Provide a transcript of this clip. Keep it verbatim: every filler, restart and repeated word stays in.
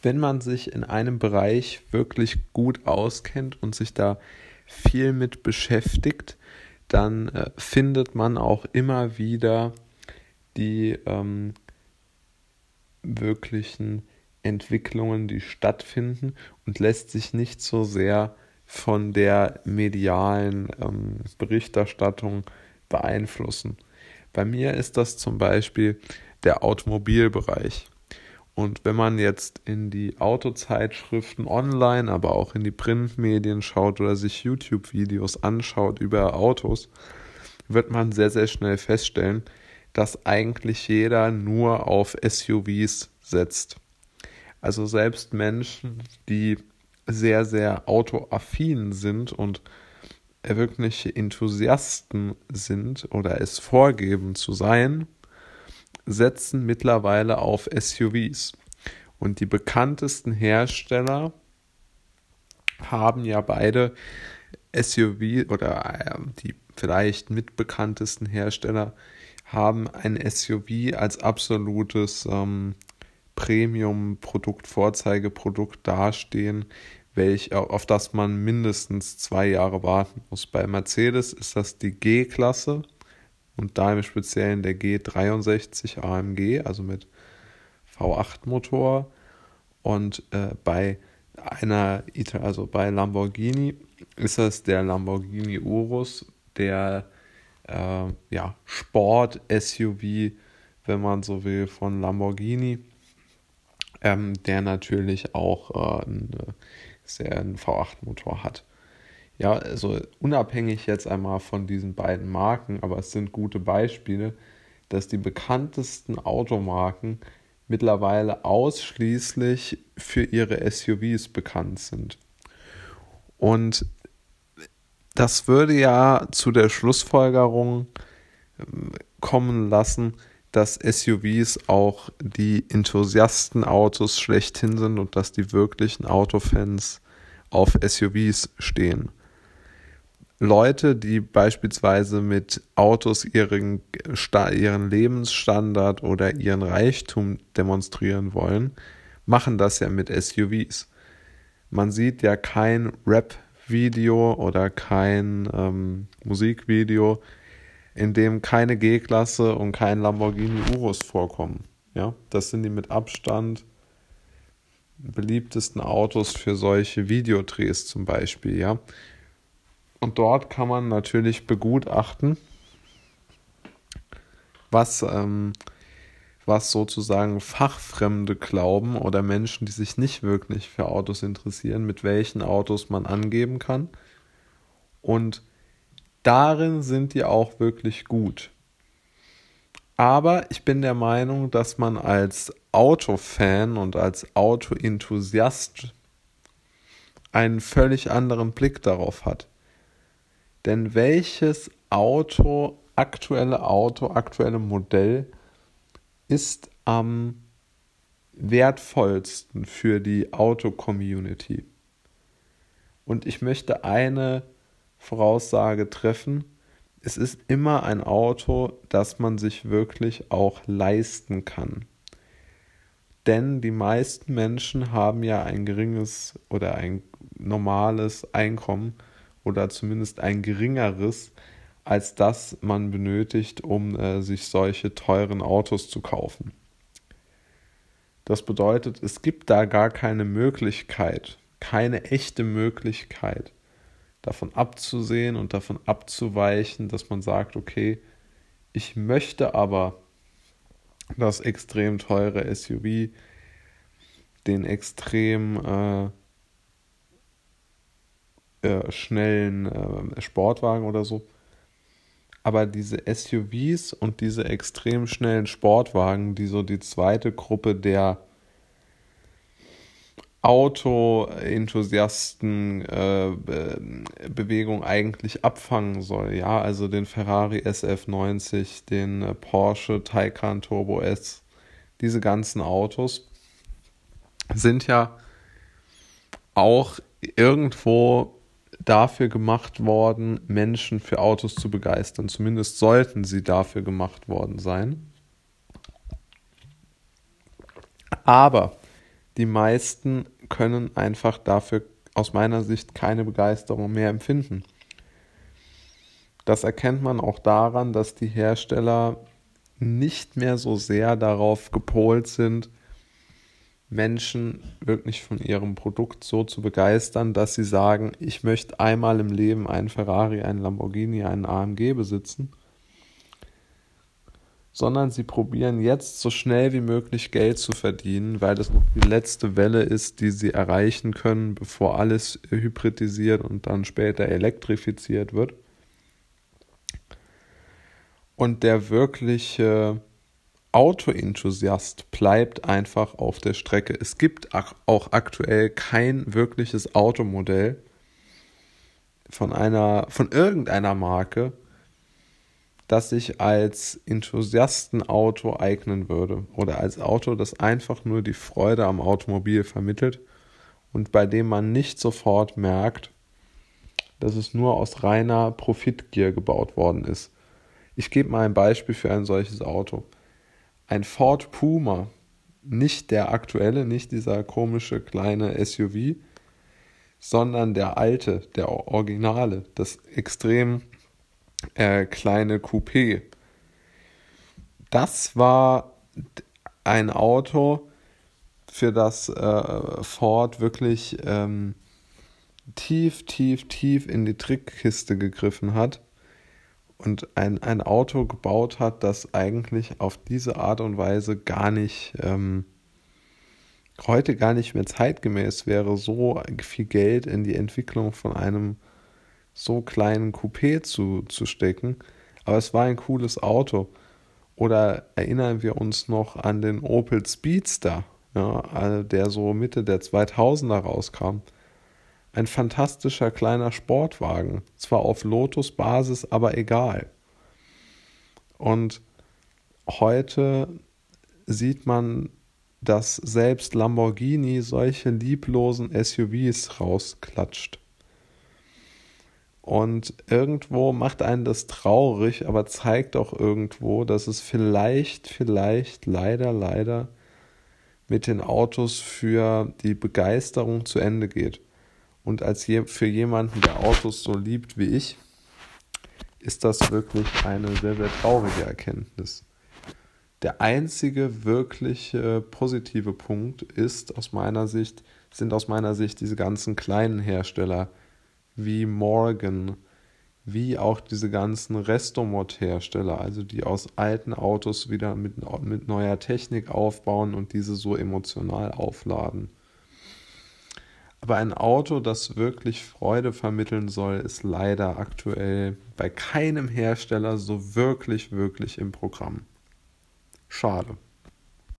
wenn man sich in einem Bereich wirklich gut auskennt und sich da viel mit beschäftigt, dann äh, findet man auch immer wieder die ähm, wirklichen Entwicklungen, die stattfinden und lässt sich nicht so sehr von der medialen ähm, Berichterstattung beeinflussen. Bei mir ist das zum Beispiel der Automobilbereich. Und wenn man jetzt in die Autozeitschriften online, aber auch in die Printmedien schaut oder sich YouTube-Videos anschaut über Autos, wird man sehr, sehr schnell feststellen, dass eigentlich jeder nur auf S U Vs setzt. Also selbst Menschen, die sehr, sehr autoaffin sind und wirkliche Enthusiasten sind oder es vorgeben zu sein, setzen mittlerweile auf S U Vs. Und die bekanntesten Hersteller haben ja beide S U V oder äh, die vielleicht mitbekanntesten Hersteller haben ein S U V als absolutes ähm, Premium-Produkt, Vorzeigeprodukt dastehen, welch, auf das man mindestens zwei Jahre warten muss. Bei Mercedes ist das die G-Klasse und da im Speziellen der G dreiundsechzig A M G, also mit V acht Motor. Und äh, bei einer, also bei Lamborghini ist das der Lamborghini Urus, der äh, ja, Sport-S U V, wenn man so will, von Lamborghini, ähm, der natürlich auch äh, einen, sehr einen V acht Motor hat. Ja, also unabhängig jetzt einmal von diesen beiden Marken, aber es sind gute Beispiele, dass die bekanntesten Automarken mittlerweile ausschließlich für ihre S U Vs bekannt sind. Und das würde ja zu der Schlussfolgerung kommen lassen, dass S U Vs auch die Enthusiastenautos schlechthin sind und dass die wirklichen Autofans auf S U Vs stehen. Leute, die beispielsweise mit Autos ihren, ihren Lebensstandard oder ihren Reichtum demonstrieren wollen, machen das ja mit S U Vs. Man sieht ja kein Rap-Video oder kein ähm, Musikvideo, in dem keine G-Klasse und kein Lamborghini Urus vorkommen. Ja, das sind die mit Abstand beliebtesten Autos für solche Videodrehs zum Beispiel, ja. Und dort kann man natürlich begutachten, was, ähm, was sozusagen Fachfremde glauben oder Menschen, die sich nicht wirklich für Autos interessieren, mit welchen Autos man angeben kann. Und darin sind die auch wirklich gut. Aber ich bin der Meinung, dass man als Autofan und als Autoenthusiast einen völlig anderen Blick darauf hat. Denn welches Auto, aktuelle Auto, aktuelle Modell ist am wertvollsten für die Auto-Community? Und ich möchte eine Voraussage treffen: Es ist immer ein Auto, das man sich wirklich auch leisten kann. Denn die meisten Menschen haben ja ein geringes oder ein normales Einkommen oder zumindest ein geringeres, als das man benötigt, um äh, sich solche teuren Autos zu kaufen. Das bedeutet, es gibt da gar keine Möglichkeit, keine echte Möglichkeit, davon abzusehen und davon abzuweichen, dass man sagt, okay, ich möchte aber das extrem teure S U V, den extrem äh, äh, schnellen äh, Sportwagen oder so. Aber diese S U Vs und diese extrem schnellen Sportwagen, die so die zweite Gruppe der Auto-Enthusiasten-Bewegung äh, eigentlich abfangen soll. Ja, also den Ferrari S F neunzig, den äh, Porsche Taycan Turbo S, diese ganzen Autos sind ja auch irgendwo dafür gemacht worden, Menschen für Autos zu begeistern. Zumindest sollten sie dafür gemacht worden sein. Aber die meisten können einfach dafür aus meiner Sicht keine Begeisterung mehr empfinden. Das erkennt man auch daran, dass die Hersteller nicht mehr so sehr darauf gepolt sind, Menschen wirklich von ihrem Produkt so zu begeistern, dass sie sagen, ich möchte einmal im Leben einen Ferrari, einen Lamborghini, einen A M G besitzen, sondern sie probieren jetzt so schnell wie möglich Geld zu verdienen, weil das noch die letzte Welle ist, die sie erreichen können, bevor alles hybridisiert und dann später elektrifiziert wird. Und der wirkliche Auto-Enthusiast bleibt einfach auf der Strecke. Es gibt auch aktuell kein wirkliches Automodell von einer, von irgendeiner Marke, das sich als Enthusiastenauto eignen würde oder als Auto, das einfach nur die Freude am Automobil vermittelt und bei dem man nicht sofort merkt, dass es nur aus reiner Profitgier gebaut worden ist. Ich gebe mal ein Beispiel für ein solches Auto. Ein Ford Puma, nicht der aktuelle, nicht dieser komische kleine S U V, sondern der alte, der Originale, das extrem äh, kleine Coupé. Das war ein Auto, für das äh, Ford wirklich ähm, tief, tief, tief in die Trickkiste gegriffen hat und ein, ein Auto gebaut hat, das eigentlich auf diese Art und Weise gar nicht, ähm, heute gar nicht mehr zeitgemäß wäre, so viel Geld in die Entwicklung von einem so kleinen Coupé zu, zu stecken. Aber es war ein cooles Auto. Oder erinnern wir uns noch an den Opel Speedster, ja, der so Mitte der zweitausender rauskam. Ein fantastischer kleiner Sportwagen, zwar auf Lotus-Basis, aber egal. Und heute sieht man, dass selbst Lamborghini solche lieblosen S U Vs rausklatscht. Und irgendwo macht einen das traurig, aber zeigt auch irgendwo, dass es vielleicht, vielleicht, leider, leider mit den Autos für die Begeisterung zu Ende geht. Und als je, für jemanden, der Autos so liebt wie ich, ist das wirklich eine sehr, sehr traurige Erkenntnis. Der einzige wirkliche positive Punkt ist aus meiner Sicht, sind aus meiner Sicht diese ganzen kleinen Hersteller wie Morgan, wie auch diese ganzen Restomod-Hersteller, also die aus alten Autos wieder mit, mit neuer Technik aufbauen und diese so emotional aufladen. Aber ein Auto, das wirklich Freude vermitteln soll, ist leider aktuell bei keinem Hersteller so wirklich, wirklich im Programm. Schade.